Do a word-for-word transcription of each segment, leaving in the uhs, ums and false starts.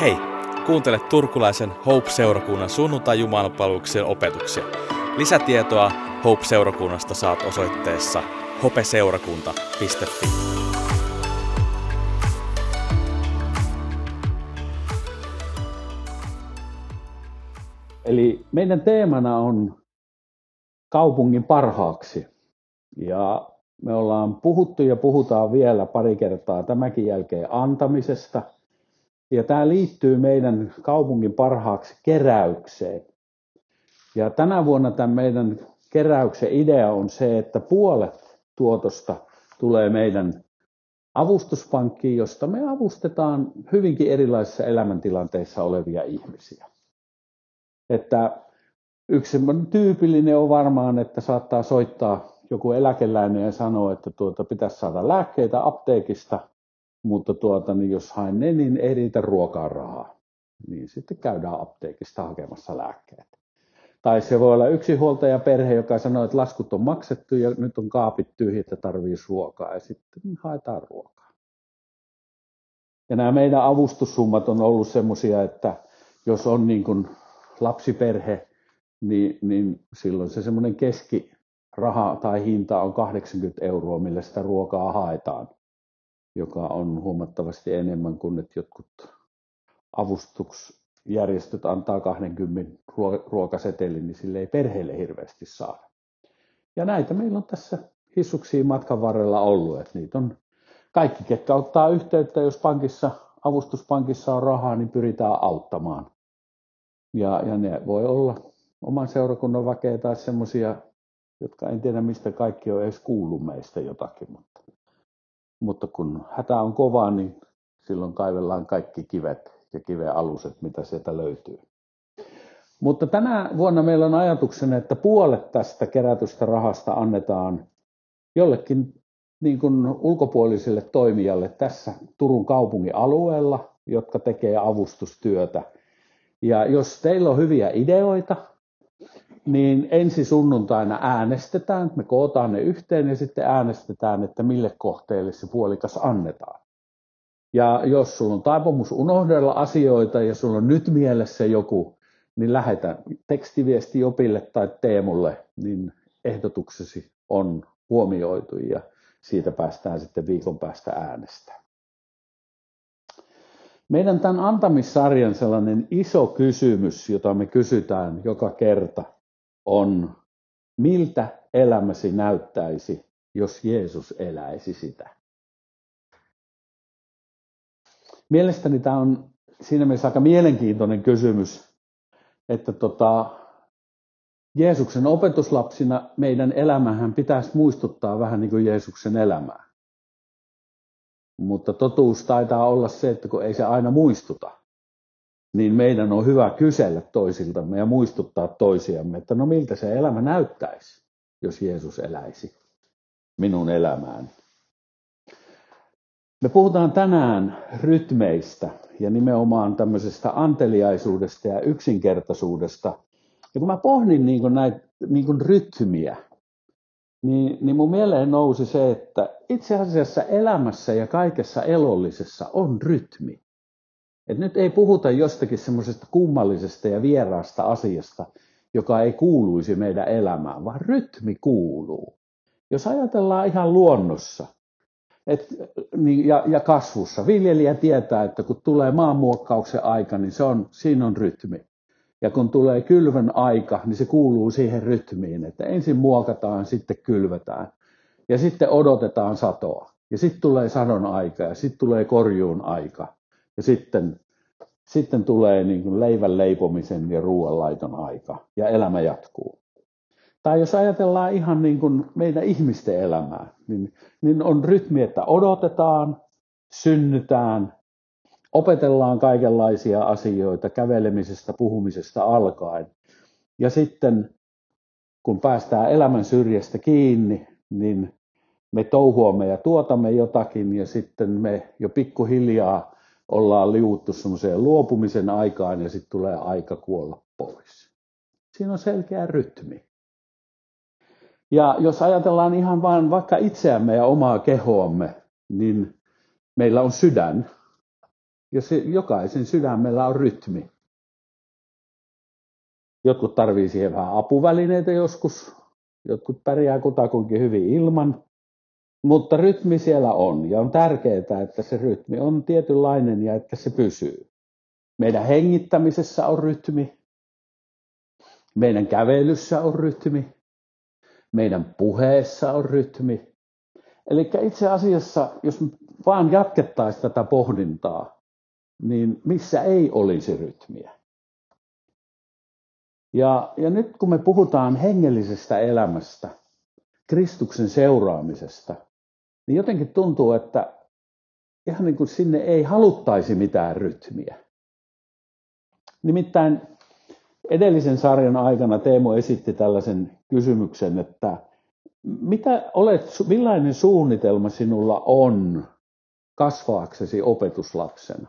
Hei, kuuntele turkulaisen Hope-seurakunnan sunnuntai-jumalanpalveluksen opetuksia. Lisätietoa Hope-seurakunnasta saat osoitteessa hopeseurakunta piste fi. Eli meidän teemana on kaupungin parhaaksi. Ja me ollaan puhuttu ja puhutaan vielä pari kertaa tämänkin jälkeen antamisesta. Ja tämä liittyy meidän kaupungin parhaaksi keräykseen. Ja tänä vuonna tämän meidän keräyksen idea on se, että puolet tuotosta tulee meidän avustuspankkiin, josta me avustetaan hyvinkin erilaisissa elämäntilanteissa olevia ihmisiä. Että yksi tyypillinen on varmaan, että saattaa soittaa joku eläkeläinen ja sanoa, että tuota, pitäisi saada lääkkeitä apteekista, mutta tuota, niin jos haen ne, niin ei riitä ruokaa rahaa. Niin sitten käydään apteekista hakemassa lääkkeitä. Tai se voi olla yksinhuoltajaperhe, joka sanoo, että laskut on maksettu ja nyt on kaapit tyhjät, että tarvitsisi ruokaa ja sitten haetaan ruokaa. Ja nämä meidän avustussummat on ollut semmoisia, että jos on niin kuin lapsiperhe, niin, niin silloin se semmoinen keskiraha tai hinta on kahdeksankymmentä euroa, millä sitä ruokaa haetaan, joka on huomattavasti enemmän kuin että jotkut avustusjärjestöt antaa kaksikymmentä ruokasetelin, niin sille ei perheelle hirveästi saada. Ja näitä meillä on tässä hissuksiin matkan varrella ollut, että niitä on kaikki, ketkä ottaa yhteyttä, jos pankissa, avustuspankissa on rahaa, niin pyritään auttamaan. Ja, ja ne voi olla oman seurakunnan väkeä tai semmoisia, jotka en tiedä mistä kaikki on edes kuullut meistä jotakin. Mutta, mutta kun hätä on kova, niin silloin kaivellaan kaikki kivet ja kiven aluset, mitä sieltä löytyy. Mutta tänä vuonna meillä on ajatuksena, että puolet tästä kerätystä rahasta annetaan jollekin niin kuin ulkopuoliselle toimijalle tässä Turun kaupungin alueella, jotka tekee avustustyötä. Ja jos teillä on hyviä ideoita, niin ensi sunnuntaina äänestetään, me kootaan ne yhteen ja sitten äänestetään, että mille kohteelle se puolikas annetaan. Ja jos sulla on taipumus unohdella asioita ja sulla on nyt mielessä joku, niin lähetä tekstiviesti Jopille tai Teemulle, niin ehdotuksesi on huomioitu ja siitä päästään sitten viikon päästä äänestämään. Meidän tämän antamissarjan sellainen iso kysymys, jota me kysytään joka kerta, on, miltä elämäsi näyttäisi, jos Jeesus eläisi sitä? Mielestäni tämä on siinä mielessä aika mielenkiintoinen kysymys, että tota, Jeesuksen opetuslapsina meidän elämähän pitäisi muistuttaa vähän niin kuin Jeesuksen elämää. Mutta totuus taitaa olla se, että kun ei se aina muistuta, niin meidän on hyvä kysellä toisiltamme ja muistuttaa toisiamme, että no miltä se elämä näyttäisi, jos Jeesus eläisi minun elämääni. Me puhutaan tänään rytmeistä ja nimenomaan tämmöisestä anteliaisuudesta ja yksinkertaisuudesta. Ja kun mä pohdin niin kuin näitä niin kuin rytmiä, niin, niin mun mieleen nousi se, että itse asiassa elämässä ja kaikessa elollisessa on rytmi. Et nyt ei puhuta jostakin semmoisesta kummallisesta ja vieraasta asiasta, joka ei kuuluisi meidän elämään, vaan rytmi kuuluu. Jos ajatellaan ihan luonnossa et, niin, ja, ja kasvussa, viljelijä tietää, että kun tulee maanmuokkauksen aika, niin se on, siinä on rytmi. Ja kun tulee kylvön aika, niin se kuuluu siihen rytmiin, että ensin muokataan, sitten kylvetään. Ja sitten odotetaan satoa. Ja sitten tulee sadon aika ja sitten tulee korjuun aika. Ja sitten, sitten tulee niin kuin leivän leipomisen ja ruoanlaiton aika. Ja elämä jatkuu. Tai jos ajatellaan ihan niin kuin meidän ihmisten elämää, niin, niin on rytmi, että odotetaan, synnytään, opetellaan kaikenlaisia asioita kävelemisestä, puhumisesta alkaen. Ja sitten kun päästään elämän syrjästä kiinni, niin me touhuamme ja tuotamme jotakin ja sitten me jo pikkuhiljaa ollaan liuuttu semmoiseen luopumisen aikaan ja sitten tulee aika kuolla pois. Siinä on selkeä rytmi. Ja jos ajatellaan ihan vain vaikka itseämme ja omaa kehoamme, niin meillä on sydän. jos jokaisen sydämellä on rytmi. Jotkut tarvii siihen vähän apuvälineitä joskus, jotkut pärjää kutakuinkin hyvin ilman, mutta rytmi siellä on ja on tärkeää, että se rytmi on tietynlainen ja että se pysyy. Meidän hengittämisessä on rytmi, meidän kävelyssä on rytmi, meidän puheessa on rytmi. Eli itse asiassa, jos me vaan jatkettaisiin tätä pohdintaa, niin missä ei olisi rytmiä. Ja, ja nyt kun me puhutaan hengellisestä elämästä, Kristuksen seuraamisesta, niin jotenkin tuntuu, että ihan niin kuin sinne ei haluttaisi mitään rytmiä. Nimittäin edellisen sarjan aikana Teemu esitti tällaisen kysymyksen, että mitä olet, millainen suunnitelma sinulla on kasvaaksesi opetuslapsena?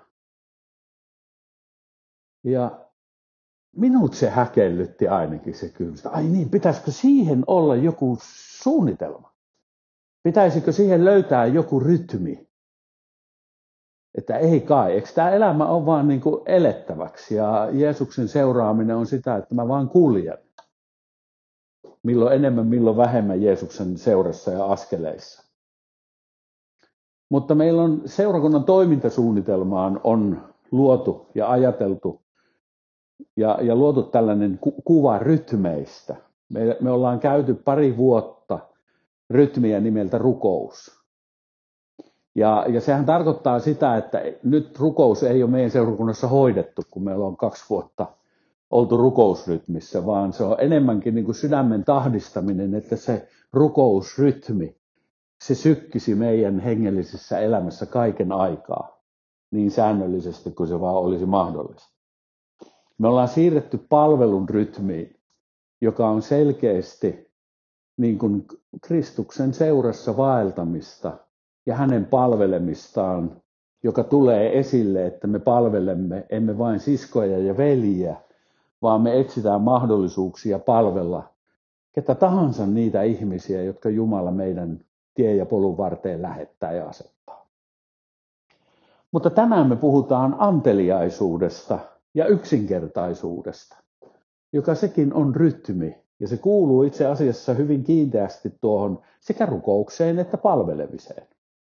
Ja minut se häkellytti ainakin se kysymys. Ai niin, pitäisikö siihen olla joku suunnitelma? Pitäisikö siihen löytää joku rytmi? Että ei kai, eikö tämä elämä ole vaan niin kuin elettäväksi ja Jeesuksen seuraaminen on sitä, että mä vaan kuljen. Milloin enemmän, milloin vähemmän Jeesuksen seurassa ja askeleissa. Mutta meillä on seurakunnan toimintasuunnitelmaan on luotu ja ajateltu ja, ja luotu tällainen ku, kuva rytmeistä. Me, me ollaan käyty pari vuotta rytmiä nimeltä rukous. Ja, ja sehän tarkoittaa sitä, että nyt rukous ei ole meidän seurakunnassa hoidettu, kun meillä on kaksi vuotta oltu rukousrytmissä, vaan se on enemmänkin niin kuin sydämen tahdistaminen, että se rukousrytmi, se sykkisi meidän hengellisessä elämässä kaiken aikaa, niin säännöllisesti kuin se vaan olisi mahdollista. Me ollaan siirretty palvelun rytmiin, joka on selkeästi niin kuin Kristuksen seurassa vaeltamista ja hänen palvelemistaan, joka tulee esille, että me palvelemme emme vain siskoja ja veljiä, vaan me etsitään mahdollisuuksia palvella ketä tahansa niitä ihmisiä, jotka Jumala meidän tie- ja polun varteen lähettää ja asettaa. Mutta tänään me puhutaan anteliaisuudesta ja yksinkertaisuudesta, joka sekin on rytmi. Ja se kuuluu itse asiassa hyvin kiinteästi tuohon sekä rukoukseen että palvelemiseen.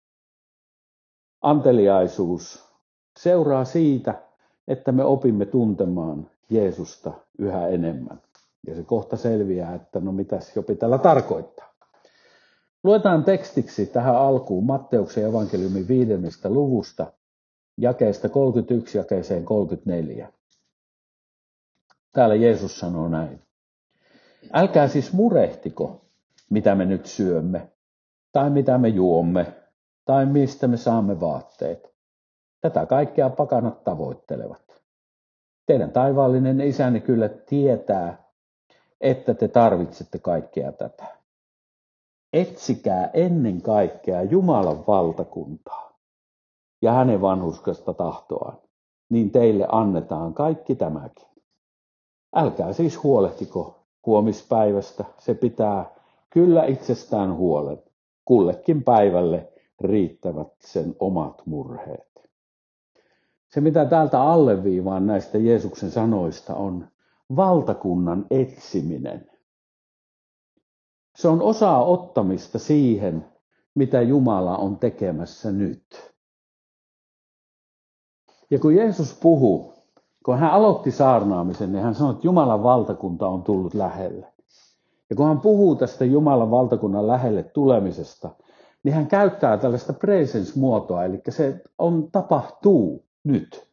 Anteliaisuus seuraa siitä, että me opimme tuntemaan Jeesusta yhä enemmän. Ja se kohta selviää, että no mitäs Jopi tällä tarkoittaa. Luetaan tekstiksi tähän alkuun Matteuksen evankeliumin viidennestä luvusta, jakeesta kolmekymmentäyksi jakeeseen kolmekymmentäneljä. Täällä Jeesus sanoo näin. Älkää siis murehtiko, mitä me nyt syömme, tai mitä me juomme, tai mistä me saamme vaatteet. Tätä kaikkea pakanat tavoittelevat. Teidän taivaallinen isänne kyllä tietää, että te tarvitsette kaikkea tätä. Etsikää ennen kaikkea Jumalan valtakuntaa ja hänen vanhurskasta tahtoaan, niin teille annetaan kaikki tämäkin. Älkää siis huolehtiko huomispäivästä, se pitää kyllä itsestään huolen. Kullekin päivälle riittävät sen omat murheet. Se, mitä täältä alleviivaan näistä Jeesuksen sanoista, on valtakunnan etsiminen. Se on osaa ottamista siihen, mitä Jumala on tekemässä nyt. Ja kun Jeesus puhuu, kun hän aloitti saarnaamisen, niin hän sanoi, että Jumalan valtakunta on tullut lähelle. Ja kun hän puhuu tästä Jumalan valtakunnan lähelle tulemisesta, niin hän käyttää tällaista presence-muotoa, eli se on tapahtuu nyt.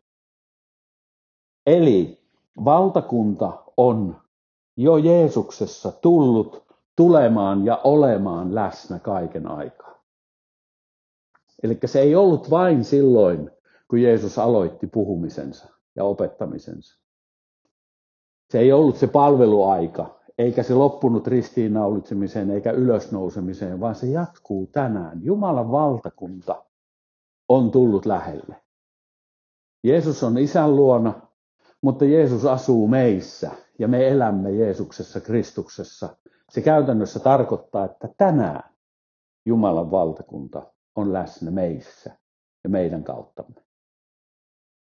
Eli valtakunta on jo Jeesuksessa tullut tulemaan ja olemaan läsnä kaiken aikaa. Eli se ei ollut vain silloin, kun Jeesus aloitti puhumisensa ja opettamisensa. Se ei ollut se palveluaika, eikä se loppunut ristiinnaulitsemiseen eikä ylösnousemiseen, vaan se jatkuu tänään. Jumalan valtakunta on tullut lähelle. Jeesus on Isän luona, mutta Jeesus asuu meissä ja me elämme Jeesuksessa, Kristuksessa. Se käytännössä tarkoittaa, että tänään Jumalan valtakunta on läsnä meissä ja meidän kauttamme.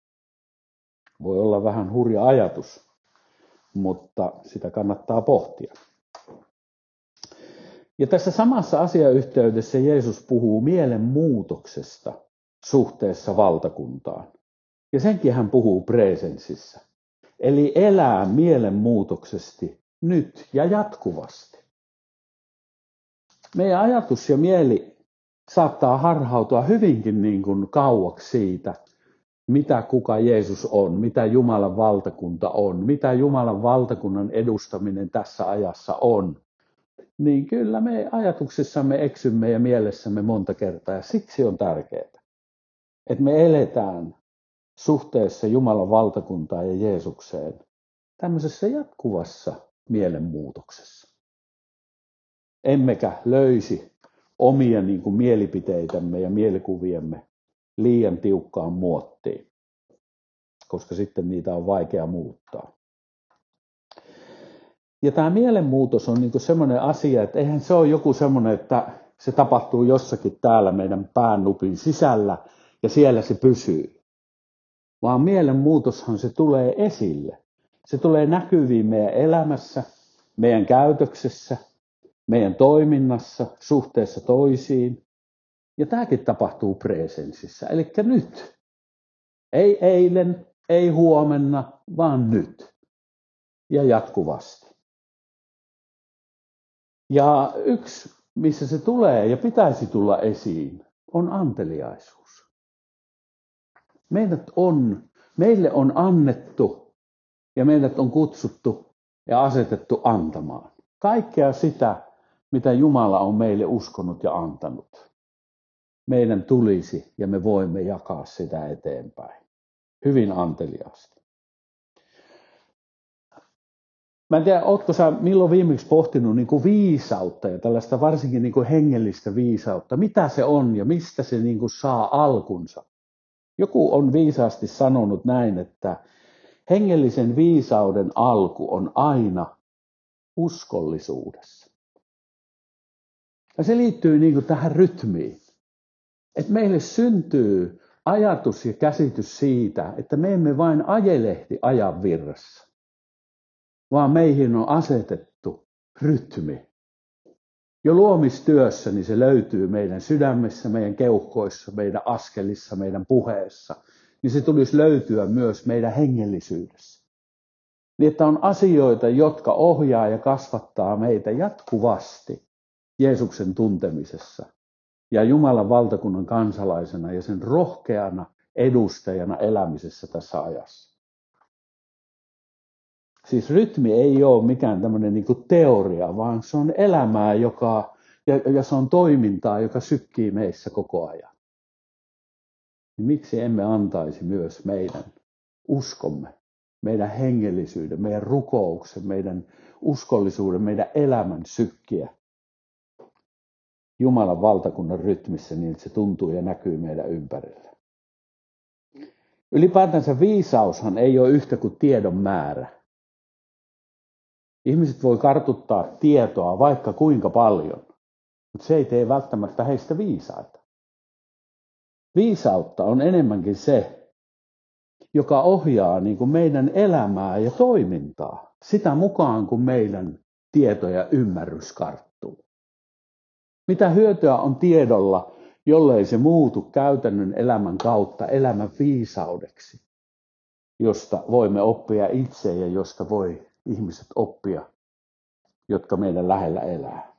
Voi olla vähän hurja ajatus, mutta sitä kannattaa pohtia. Ja tässä samassa asiayhteydessä Jeesus puhuu mielenmuutoksesta suhteessa valtakuntaan. Ja senkin hän puhuu presensissä. Eli elää mielenmuutoksesti nyt ja jatkuvasti. Meidän ajatus ja mieli saattaa harhautua hyvinkin niin kuin kauaksi siitä, mitä kuka Jeesus on, mitä Jumalan valtakunta on, mitä Jumalan valtakunnan edustaminen tässä ajassa on. Niin kyllä me ajatuksissamme eksymme ja mielessämme monta kertaa, ja siksi on tärkeää, että me eletään suhteessa Jumalan valtakuntaan ja Jeesukseen tämmöisessä jatkuvassa mielenmuutoksessa. Emmekä löysi omia niin kuin mielipiteitämme ja mielikuviemme liian tiukkaan muottiin, koska sitten niitä on vaikea muuttaa. Ja tämä mielenmuutos on niin kuin semmoinen asia, että eihän se ole joku semmoinen, että se tapahtuu jossakin täällä meidän päännupin sisällä ja siellä se pysyy. Vaan mielenmuutoshan se tulee esille. Se tulee näkyviin meidän elämässä, meidän käytöksessä, meidän toiminnassa, suhteessa toisiin. Ja tämäkin tapahtuu presensissä, eli nyt. Ei eilen, ei huomenna, vaan nyt. Ja jatkuvasti. Ja yksi, missä se tulee ja pitäisi tulla esiin, on anteliaisuus. Meidät on, meille on annettu ja meidät on kutsuttu ja asetettu antamaan. Kaikkea sitä, mitä Jumala on meille uskonut ja antanut. Meidän tulisi ja me voimme jakaa sitä eteenpäin. Hyvin anteliaasti. Mä en tiedä, ootko sä milloin viimeksi pohtinut niin kuin viisautta ja tällaista varsinkin niin kuin hengellistä viisautta. Mitä se on ja mistä se niin kuin saa alkunsa? Joku on viisaasti sanonut näin, että hengellisen viisauden alku on aina uskollisuudessa. Ja se liittyy niin kuin tähän rytmiin. Että meille syntyy ajatus ja käsitys siitä, että me emme vain ajelehti ajan virrassa, vaan meihin on asetettu rytmi. Jo luomistyössä niin se löytyy meidän sydämessä, meidän keuhkoissa, meidän askelissa, meidän puheessa. Niin se tulisi löytyä myös meidän hengellisyydessä. Niin että on asioita, jotka ohjaa ja kasvattaa meitä jatkuvasti Jeesuksen tuntemisessa ja Jumalan valtakunnan kansalaisena ja sen rohkeana edustajana elämisessä tässä ajassa. Siis rytmi ei ole mikään tämmöinen niin kuin teoria, vaan se on elämää joka, ja, ja se on toimintaa, joka sykkii meissä koko ajan. Niin miksi emme antaisi myös meidän uskomme, meidän hengellisyyden, meidän rukouksen, meidän uskollisuuden, meidän elämän sykkiä Jumalan valtakunnan rytmissä niin, että se tuntuu ja näkyy meidän ympärillä. Ylipäätänsä viisaushan ei ole yhtä kuin tiedon määrä. Ihmiset voi kartuttaa tietoa vaikka kuinka paljon, mutta se ei tee välttämättä heistä viisaita. Viisautta on enemmänkin se, joka ohjaa niin kuin meidän elämää ja toimintaa sitä mukaan, kun meidän tieto ja ymmärrys karttuu. Mitä hyötyä on tiedolla, jollei se muutu käytännön elämän kautta elämän viisaudeksi, josta voimme oppia itse ja josta voi ihmiset oppia, jotka meidän lähellä elää.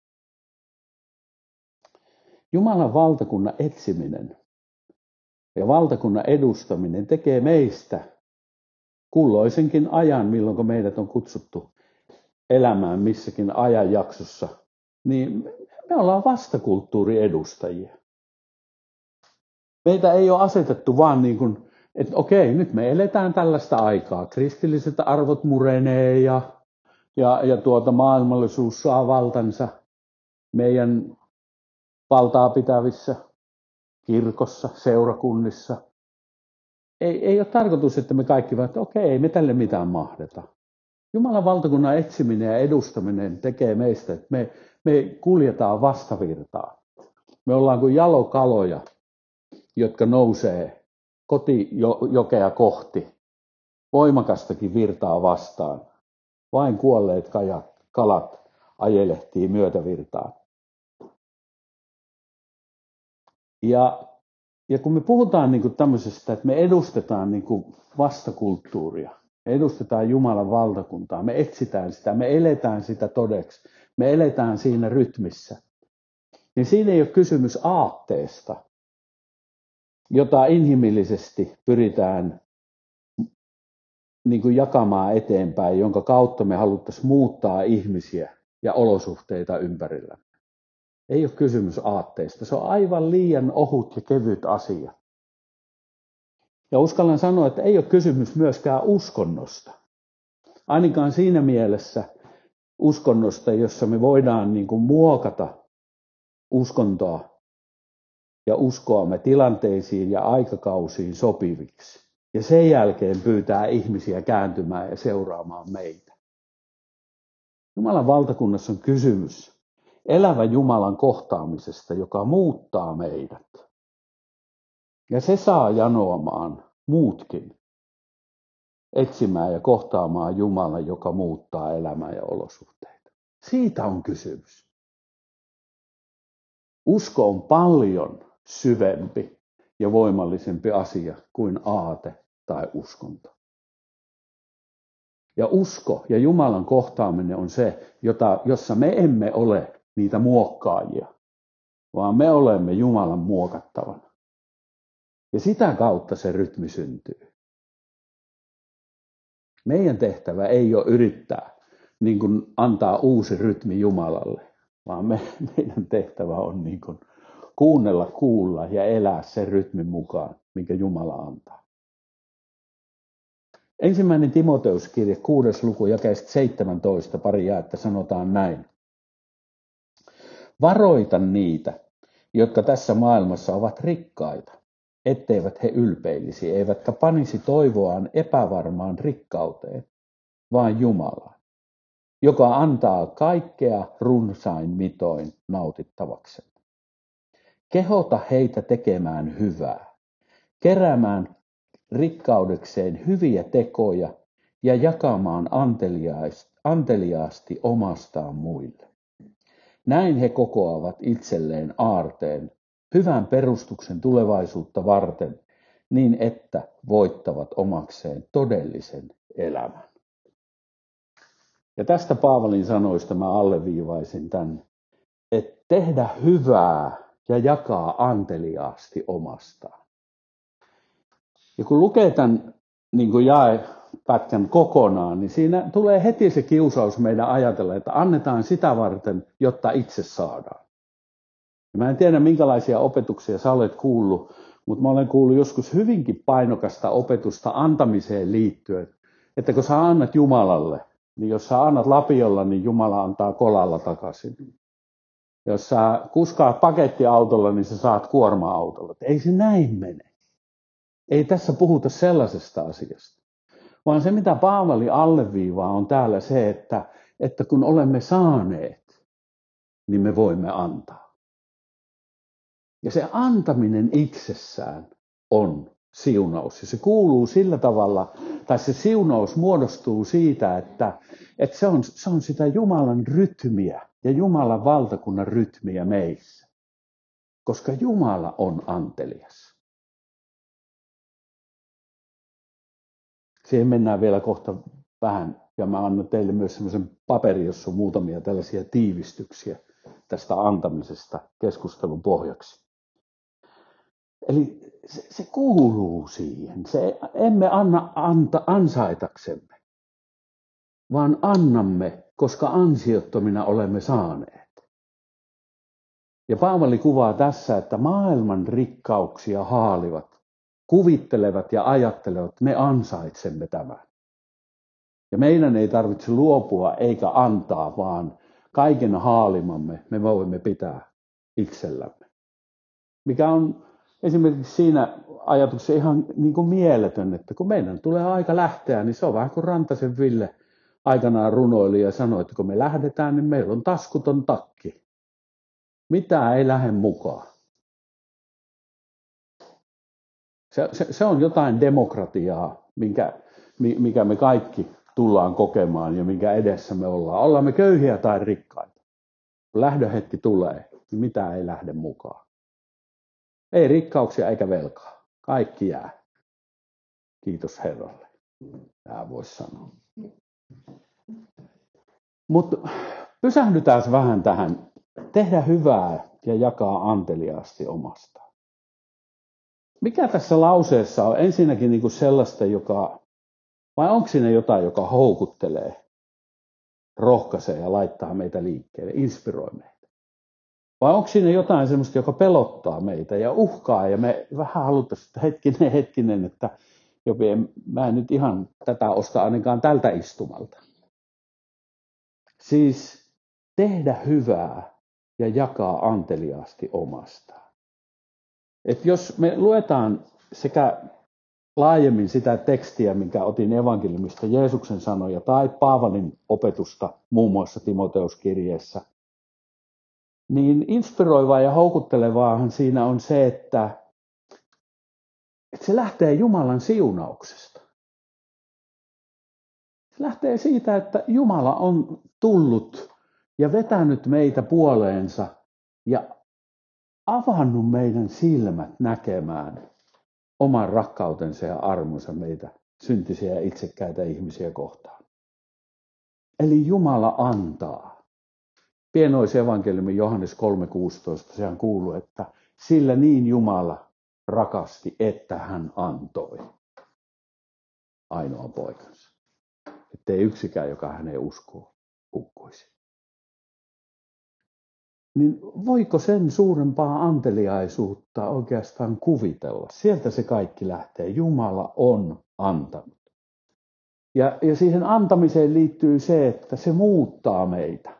Jumalan valtakunnan etsiminen ja valtakunnan edustaminen tekee meistä kulloisenkin ajan, milloin meidät on kutsuttu elämään missäkin ajanjaksossa, niin me ollaan vastakulttuuriedustajia. Meitä ei ole asetettu vaan niin kuin, että okei, nyt me eletään tällaista aikaa. Kristilliset arvot murenee ja, ja, ja tuota maailmallisuus saa valtansa meidän valtaa pitävissä kirkossa, seurakunnissa. Ei, ei ole tarkoitus, että me kaikki vaan, että okei, ei me tälle mitään mahdeta. Jumalan valtakunnan etsiminen ja edustaminen tekee meistä, että me, me kuljetaan vastavirtaan. Me ollaan kuin jalokaloja, jotka nousee kotijokea kohti voimakastakin virtaa vastaan. Vain kuolleet kajat, kalat ajelehtii myötävirtaan. Ja, ja kun me puhutaan niin kuin tämmöisestä, että me edustetaan niin kuin vastakulttuuria, me edustetaan Jumalan valtakuntaa, me etsitään sitä, me eletään sitä todeksi, me eletään siinä rytmissä, niin siinä ei ole kysymys aatteesta, jota inhimillisesti pyritään niin kuin jakamaan eteenpäin, jonka kautta me haluttaisiin muuttaa ihmisiä ja olosuhteita ympärillä. Ei ole kysymys aatteesta. Se on aivan liian ohut ja kevyt asia. Ja uskallan sanoa, että ei ole kysymys myöskään uskonnosta. Ainakaan siinä mielessä uskonnosta, jossa me voidaan niin kuin muokata uskontoa ja uskoamme tilanteisiin ja aikakausiin sopiviksi. Ja sen jälkeen pyytää ihmisiä kääntymään ja seuraamaan meitä. Jumalan valtakunnassa on kysymys elävän Jumalan kohtaamisesta, joka muuttaa meidät. Ja se saa janoamaan muutkin etsimään ja kohtaamaan Jumalan, joka muuttaa elämää ja olosuhteita. Siitä on kysymys. Usko on paljon syvempi ja voimallisempi asia kuin aate tai uskonto. Ja usko ja Jumalan kohtaaminen on se, jota, jossa me emme ole niitä muokkaajia, vaan me olemme Jumalan muokattavana. Ja sitä kautta se rytmi syntyy. Meidän tehtävä ei ole yrittää niin kuin antaa uusi rytmi Jumalalle, vaan me, meidän tehtävä on niin kuin kuunnella, kuulla ja elää sen rytmin mukaan, minkä Jumala antaa. Ensimmäinen Timoteuskirje, kuudes luku, jakeesta seitsemäntoista, pari jaetta sanotaan näin. Varoita niitä, jotka tässä maailmassa ovat rikkaita, etteivät he ylpeilisi, eivätkä panisi toivoaan epävarmaan rikkauteen, vaan Jumalaan, joka antaa kaikkea runsain mitoin nautittavakseen. Kehota heitä tekemään hyvää, keräämään rikkaudekseen hyviä tekoja ja jakamaan anteliaasti omastaan muille. Näin he kokoavat itselleen aarteen, hyvän perustuksen tulevaisuutta varten, niin että voittavat omakseen todellisen elämän. Ja tästä Paavalin sanoista mä alleviivaisin tämän, että tehdä hyvää ja jakaa anteliaasti omastaan. Ja kun lukee tämän niin kuin jaepätkän kokonaan, niin siinä tulee heti se kiusaus meidän ajatella, että annetaan sitä varten, jotta itse saadaan. Ja mä en tiedä, minkälaisia opetuksia sä olet kuullut, mutta mä olen kuullut joskus hyvinkin painokasta opetusta antamiseen liittyen, että kun sä annat Jumalalle, niin jos sä annat lapiolla, niin Jumala antaa kolalla takaisin. Jos sä kuskaat pakettiautolla, niin sä saat kuorma-autolla. Ei se näin mene. Ei tässä puhuta sellaisesta asiasta, vaan se mitä Paavali alleviivaa on täällä se, että, että kun olemme saaneet, niin me voimme antaa. Ja se antaminen itsessään on siunaus. Ja se kuuluu sillä tavalla, tai se siunaus muodostuu siitä, että, että se, on, se on sitä Jumalan rytmiä ja Jumalan valtakunnan rytmiä meissä. Koska Jumala on antelias. Siihen mennään vielä kohta vähän, ja mä annan teille myös semmoisen paperin, jossa on muutamia tällaisia tiivistyksiä tästä antamisesta keskustelun pohjaksi. Eli se, se kuuluu siihen. Se, emme anna anta, ansaitaksemme, vaan annamme, koska ansiottomina olemme saaneet. Ja Paavali kuvaa tässä, että maailman rikkauksia haalivat, kuvittelevat ja ajattelevat, että me ansaitsemme tämän. Ja meidän ei tarvitse luopua eikä antaa, vaan kaiken haalimamme me voimme pitää itsellämme. Mikä on esimerkiksi siinä ajatuksessa ihan niin kuin mieletön, että kun meidän tulee aika lähteä, niin se on vähän kuin Rantasen Ville aikanaan runoili ja sanoi, että kun me lähdetään, niin meillä on taskuton takki. Mitään ei lähde mukaan. Se, se, se on jotain demokratiaa, minkä mikä me kaikki tullaan kokemaan ja minkä edessä me ollaan. Ollaan me köyhiä tai rikkaita. Kun lähdöhetki tulee, niin mitä ei lähde mukaan. Ei rikkauksia eikä velkaa. Kaikki jää. Kiitos Herralle. Tämä voisi sanoa. Mutta pysähdytään vähän tähän. Tehdä hyvää ja jakaa anteliaasti omastaan. Mikä tässä lauseessa on ensinnäkin niin kuin sellaista, joka, vai onko siinä jotain, joka houkuttelee, rohkaisee ja laittaa meitä liikkeelle, inspiroi meitä? Vai onko siinä jotain sellaista, joka pelottaa meitä ja uhkaa ja me vähän haluttaisiin, että hetkinen, hetkinen, että jopi, mä en nyt ihan tätä osta ainakaan tältä istumalta. Siis tehdä hyvää ja jakaa anteliaasti omastaan. Et jos me luetaan sekä laajemmin sitä tekstiä, minkä otin evankeliumista, Jeesuksen sanoja tai Paavalin opetusta muun muassa Timoteuskirjeessä, niin inspiroivaa ja houkuttelevaahan siinä on se, että, että se lähtee Jumalan siunauksesta. Se lähtee siitä, että Jumala on tullut ja vetänyt meitä puoleensa ja avannut meidän silmät näkemään oman rakkautensa ja armonsa meitä syntisiä ja itsekkäitä ihmisiä kohtaan. Eli Jumala antaa. Pienoisevankeliumi Johannes kolme kuusitoista, sehän kuuluu, että sillä niin Jumala rakasti, että hän antoi ainoa poikansa. Ettei yksikään, joka häneen uskoo, hukkuisi. Niin voiko sen suurempaa anteliaisuutta oikeastaan kuvitella? Sieltä se kaikki lähtee. Jumala on antanut. Ja, ja siihen antamiseen liittyy se, että se muuttaa meitä.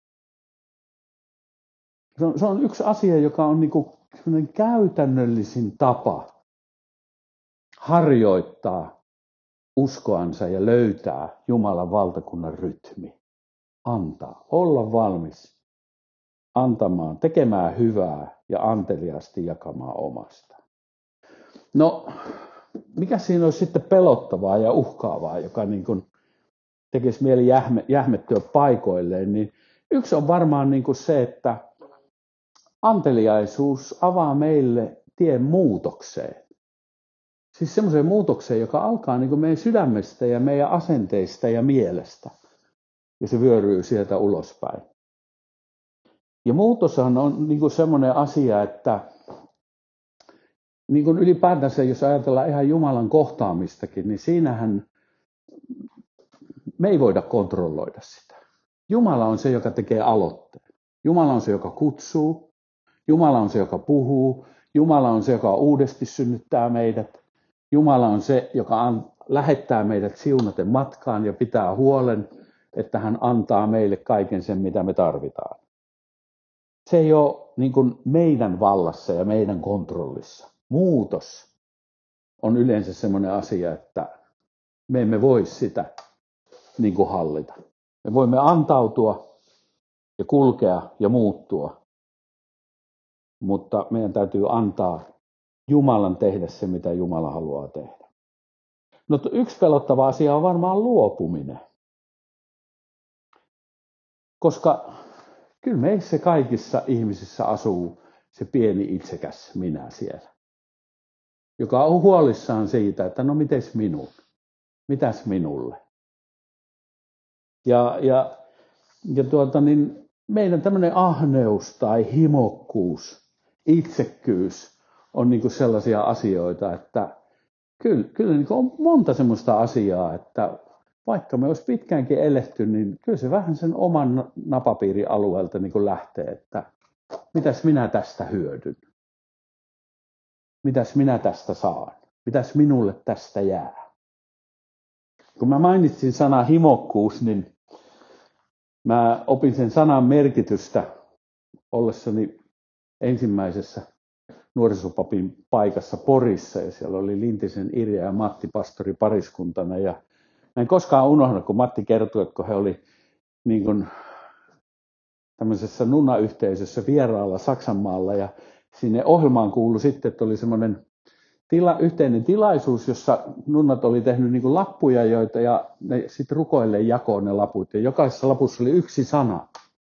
Se on, se on yksi asia, joka on niin kuin käytännöllisin tapa harjoittaa uskoansa ja löytää Jumalan valtakunnan rytmi. Antaa, olla valmis antamaan, tekemään hyvää ja anteliaasti jakamaan omasta. No, mikä siinä olisi sitten pelottavaa ja uhkaavaa, joka niin kuin tekisi mieli jähme, jähmettyä paikoilleen, niin yksi on varmaan niin kuin se, että anteliaisuus avaa meille tien muutokseen. Siis semmoiseen muutokseen, joka alkaa niin kuin meidän sydämestä ja meidän asenteista ja mielestä. Ja se vyöryy sieltä ulospäin. Ja muutoshan on niin kuin semmoinen asia, että niin kuin ylipäätänsä, jos ajatellaan ihan Jumalan kohtaamistakin, niin siinähän me ei voida kontrolloida sitä. Jumala on se, joka tekee aloitteen. Jumala on se, joka kutsuu. Jumala on se, joka puhuu. Jumala on se, joka uudesti synnyttää meidät. Jumala on se, joka an- lähettää meidät siunaten matkaan ja pitää huolen, että hän antaa meille kaiken sen, mitä me tarvitaan. Se ei ole niin kuin meidän vallassa ja meidän kontrollissa. Muutos on yleensä semmoinen asia, että me emme voi sitä niin kuin hallita. Me voimme antautua ja kulkea ja muuttua, mutta meidän täytyy antaa Jumalan tehdä se, mitä Jumala haluaa tehdä. No, yksi pelottava asia on varmaan luopuminen. Koska kyllä meissä kaikissa ihmisissä asuu se pieni itsekäs minä siellä, joka on huolissaan siitä, että no mites minun, mitäs minulle. Ja, ja, ja tuota, niin meidän tämmöinen ahneus tai himokkuus, itsekkyys on niin kuin sellaisia asioita, että kyllä, kyllä niin kuin on monta semmoista asiaa, että vaikka me olisi pitkäänkin elehty, niin kyllä se vähän sen oman napapiirialueelta niin kuin lähtee, että mitäs minä tästä hyödyn? Mitäs minä tästä saan? Mitäs minulle tästä jää? Kun mä mainitsin sana himokkuus, niin mä opin sen sanan merkitystä ollessani ensimmäisessä nuorisopapin paikassa Porissa, ja siellä oli Lintisen Irja ja Matti pastori pariskuntana, ja mä en koskaan unohda, kun Matti kertoi, että kun he oli niin kuin tämmöisessä nunnayhteisössä vieraalla Saksanmaalla, ja sinne ohjelmaan kuului sitten, että oli semmoinen tila, yhteinen tilaisuus, jossa nunnat oli tehnyt niin kuin lappuja, joita ja ne sitten rukoille jakoon ne laput. Ja jokaisessa lapussa oli yksi sana.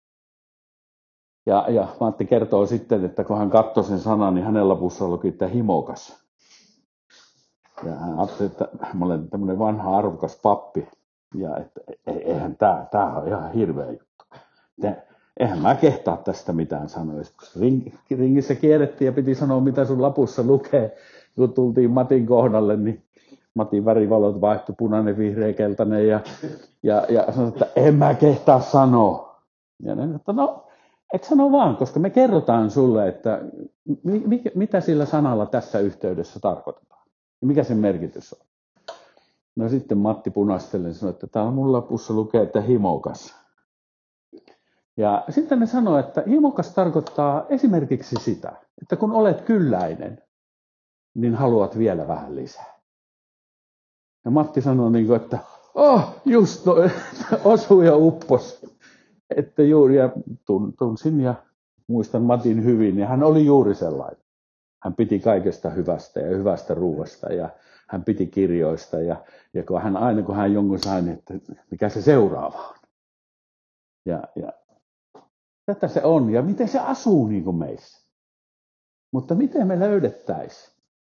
Ja, ja Matti kertoo sitten, että kun hän katsoi sen sanan, niin hänen lapussa luki, että himokas. Ja hän ajatteli, että mä olen tämmöinen vanha arvokas pappi. Ja että eihän tämä, tämä on ihan hirveä juttu. Eihän mä kehtaa tästä mitään sanoa. Kun ringissä kierrettiin ja piti sanoa, mitä sun lapussa lukee. Kun tultiin Matin kohdalle, niin Matin värivalot vaihtui punainen, vihreä, keltainen. Ja, ja, ja sanoi, että en mä kehtaa sanoa. Ja ne sanoi, että no, et sano vaan, koska me kerrotaan sulle, että mi, mitä sillä sanalla tässä yhteydessä tarkoitetaan. Ja mikä sen merkitys on. No sitten Matti punastellen sanoi, että täällä mun lapussa lukee, että himokas. Ja sitten ne sanoi, että himokas tarkoittaa esimerkiksi sitä, että kun olet kylläinen, niin haluat vielä vähän lisää. Ja Matti sanoi, niin kuin, että oh, just no, osui ja uppos. Että juuri, ja tunsin ja muistan Matin hyvin, ja hän oli juuri sellainen. Hän piti kaikesta hyvästä ja hyvästä ruuasta, ja hän piti kirjoista, ja, ja kun hän, aina kun hän jonkun sai, niin että mikä se seuraava on. Ja, ja tätä se on, ja miten se asuu niin kuin meissä. Mutta miten me löydettäisiin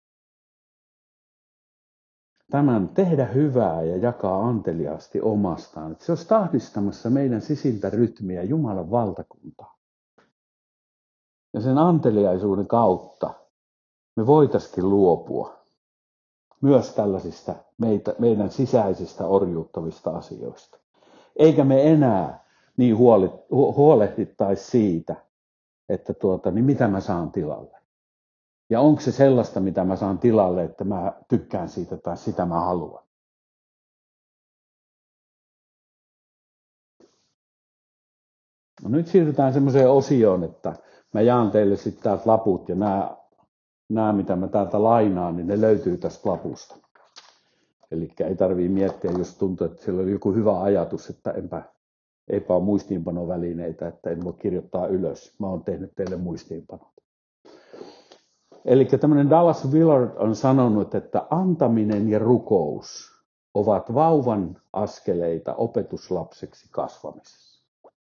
tämän tehdä hyvää ja jakaa anteliaasti omastaan. Että se olisi tahdistamassa meidän sisintä rytmiä Jumalan valtakuntaa. Ja sen anteliaisuuden kautta me voitaisiin luopua myös tällaisista meitä, meidän sisäisistä orjuuttavista asioista. Eikä me enää niin huoli, huolehdittaisi siitä, että tuota, niin mitä mä saan tilalle. Ja onko se sellaista, mitä mä saan tilalle, että mä tykkään siitä tai sitä mä haluan. No nyt siirrytään semmoiseen osioon, että mä jaan teille sitten täältä laput ja nämä, nämä, mitä mä täältä lainaan, niin ne löytyy tästä lapusta. Eli ei tarvitse miettiä, jos tuntuu, että siellä oli joku hyvä ajatus, että enpä, eipä ole muistiinpanovälineitä, että en voi kirjoittaa ylös. Mä oon tehnyt teille muistiinpanot. Eli tämmöinen Dallas Willard on sanonut, että antaminen ja rukous ovat vauvan askeleita opetuslapseksi kasvamisessa.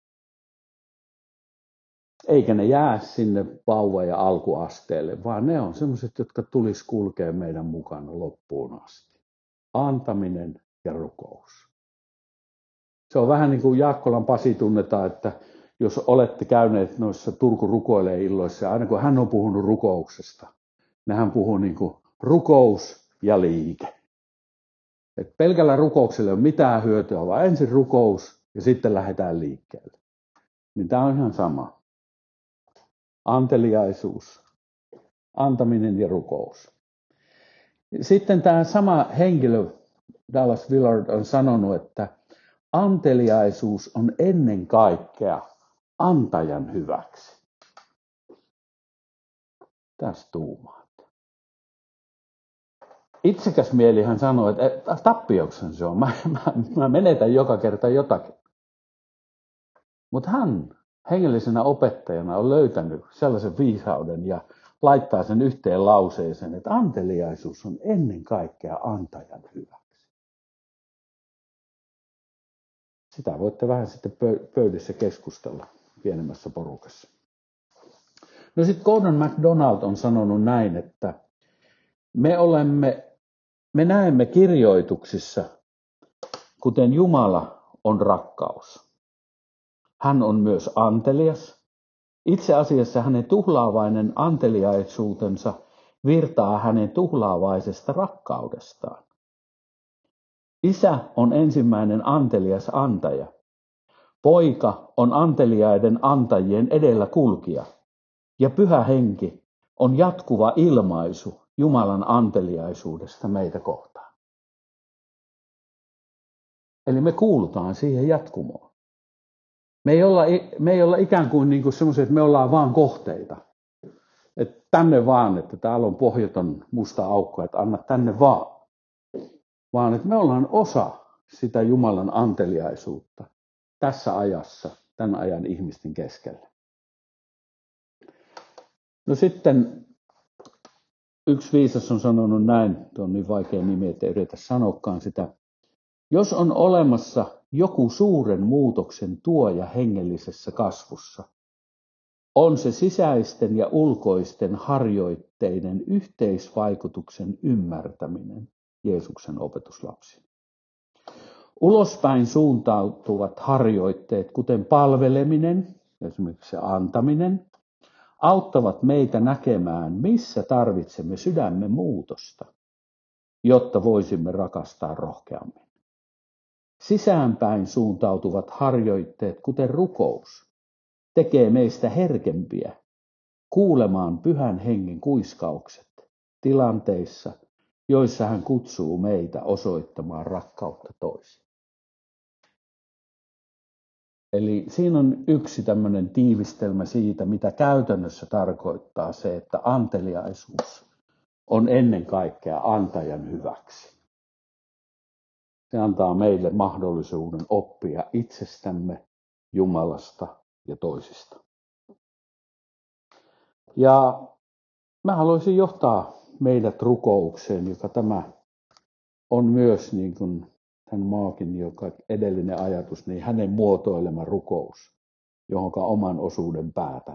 Eikä ne jää sinne vauva- ja alkuasteelle, vaan ne on sellaiset, jotka tulisi kulkea meidän mukana loppuun asti. Antaminen ja rukous. Se on vähän niin kuin Jaakkolan Pasi tunnetaan, että jos olette käyneet noissa Turku rukoilee illoissa, ja aina kun hän on puhunut rukouksesta, niin hän puhuu niin kuin rukous ja liike. Et pelkällä rukouksella ei ole mitään hyötyä, vaan ensin rukous ja sitten lähdetään liikkeelle. Niin tämä on ihan sama. Anteliaisuus, antaminen ja rukous. Sitten tämä sama henkilö, Dallas Willard, on sanonut, että anteliaisuus on ennen kaikkea antajan hyväksi. Tässä tuumaat. Itsekäs mielihän sanoo, että tappioksen se on. Mä, mä, mä menetän joka kerta jotakin. Mutta hän hengellisenä opettajana on löytänyt sellaisen viisauden ja laittaa sen yhteen lauseeseen, että anteliaisuus on ennen kaikkea antajan hyväksi. Sitä voitte vähän sitten pöydissä keskustella pienemmässä porukassa. No sitten Gordon MacDonald on sanonut näin, että me, olemme, me näemme kirjoituksissa, kuten Jumala on rakkaus. Hän on myös antelias. Itse asiassa hänen tuhlaavainen anteliaisuutensa virtaa hänen tuhlaavaisesta rakkaudestaan. Isä on ensimmäinen antelias antaja. Poika on anteliaiden antajien edellä kulkija. Ja Pyhä Henki on jatkuva ilmaisu Jumalan anteliaisuudesta meitä kohtaan. Eli me kuulutaan siihen jatkumoon. Me ei olla, me ei olla ikään kuin, niin kuin semmoisia, että me ollaan vaan kohteita. Että tänne vaan, että täällä on pohjaton musta aukko, että anna tänne vaan. Vaan että me ollaan osa sitä Jumalan anteliaisuutta tässä ajassa, tämän ajan ihmisten keskellä. No sitten Yksi viisas on sanonut näin, tuo on niin vaikea nimi, että yritä sanoakaan sitä. Jos on olemassa joku suuren muutoksen tuoja hengellisessä kasvussa, on se sisäisten ja ulkoisten harjoitteiden yhteisvaikutuksen ymmärtäminen Jeesuksen opetuslapsina. Ulospäin suuntautuvat harjoitteet, kuten palveleminen, esimerkiksi se antaminen, auttavat meitä näkemään, missä tarvitsemme sydämme muutosta, jotta voisimme rakastaa rohkeammin. Sisäänpäin suuntautuvat harjoitteet, kuten rukous, tekee meistä herkempiä kuulemaan Pyhän Hengen kuiskaukset tilanteissa, joissa hän kutsuu meitä osoittamaan rakkautta toisiin. Eli siinä on yksi tämmöinen tiivistelmä siitä, mitä käytännössä tarkoittaa se, että anteliaisuus on ennen kaikkea antajan hyväksi. Se antaa meille mahdollisuuden oppia itsestämme, Jumalasta ja toisista. Ja mä haluaisin johtaa meidät rukoukseen, joka tämä on myös niin kuin tämän Maakin, joka edellinen ajatus, niin hänen muotoilema rukous, johonka oman osuuden päätän.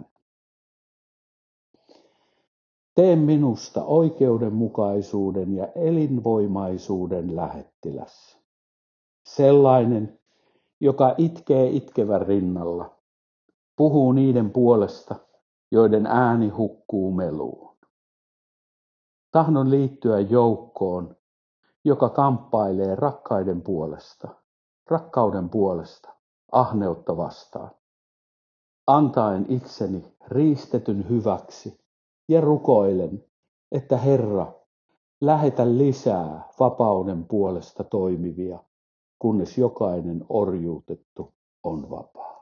Tee minusta oikeudenmukaisuuden ja elinvoimaisuuden lähettiläs. Sellainen, joka itkee itkevän rinnalla, puhuu niiden puolesta, joiden ääni hukkuu meluun. Tahdon liittyä joukkoon, joka kamppailee rakkaiden puolesta, rakkauden puolesta, ahneutta vastaan, antaen itseni riistetyn hyväksi ja rukoilen, että Herra, lähetä lisää vapauden puolesta toimivia, kunnes jokainen orjuutettu on vapaa.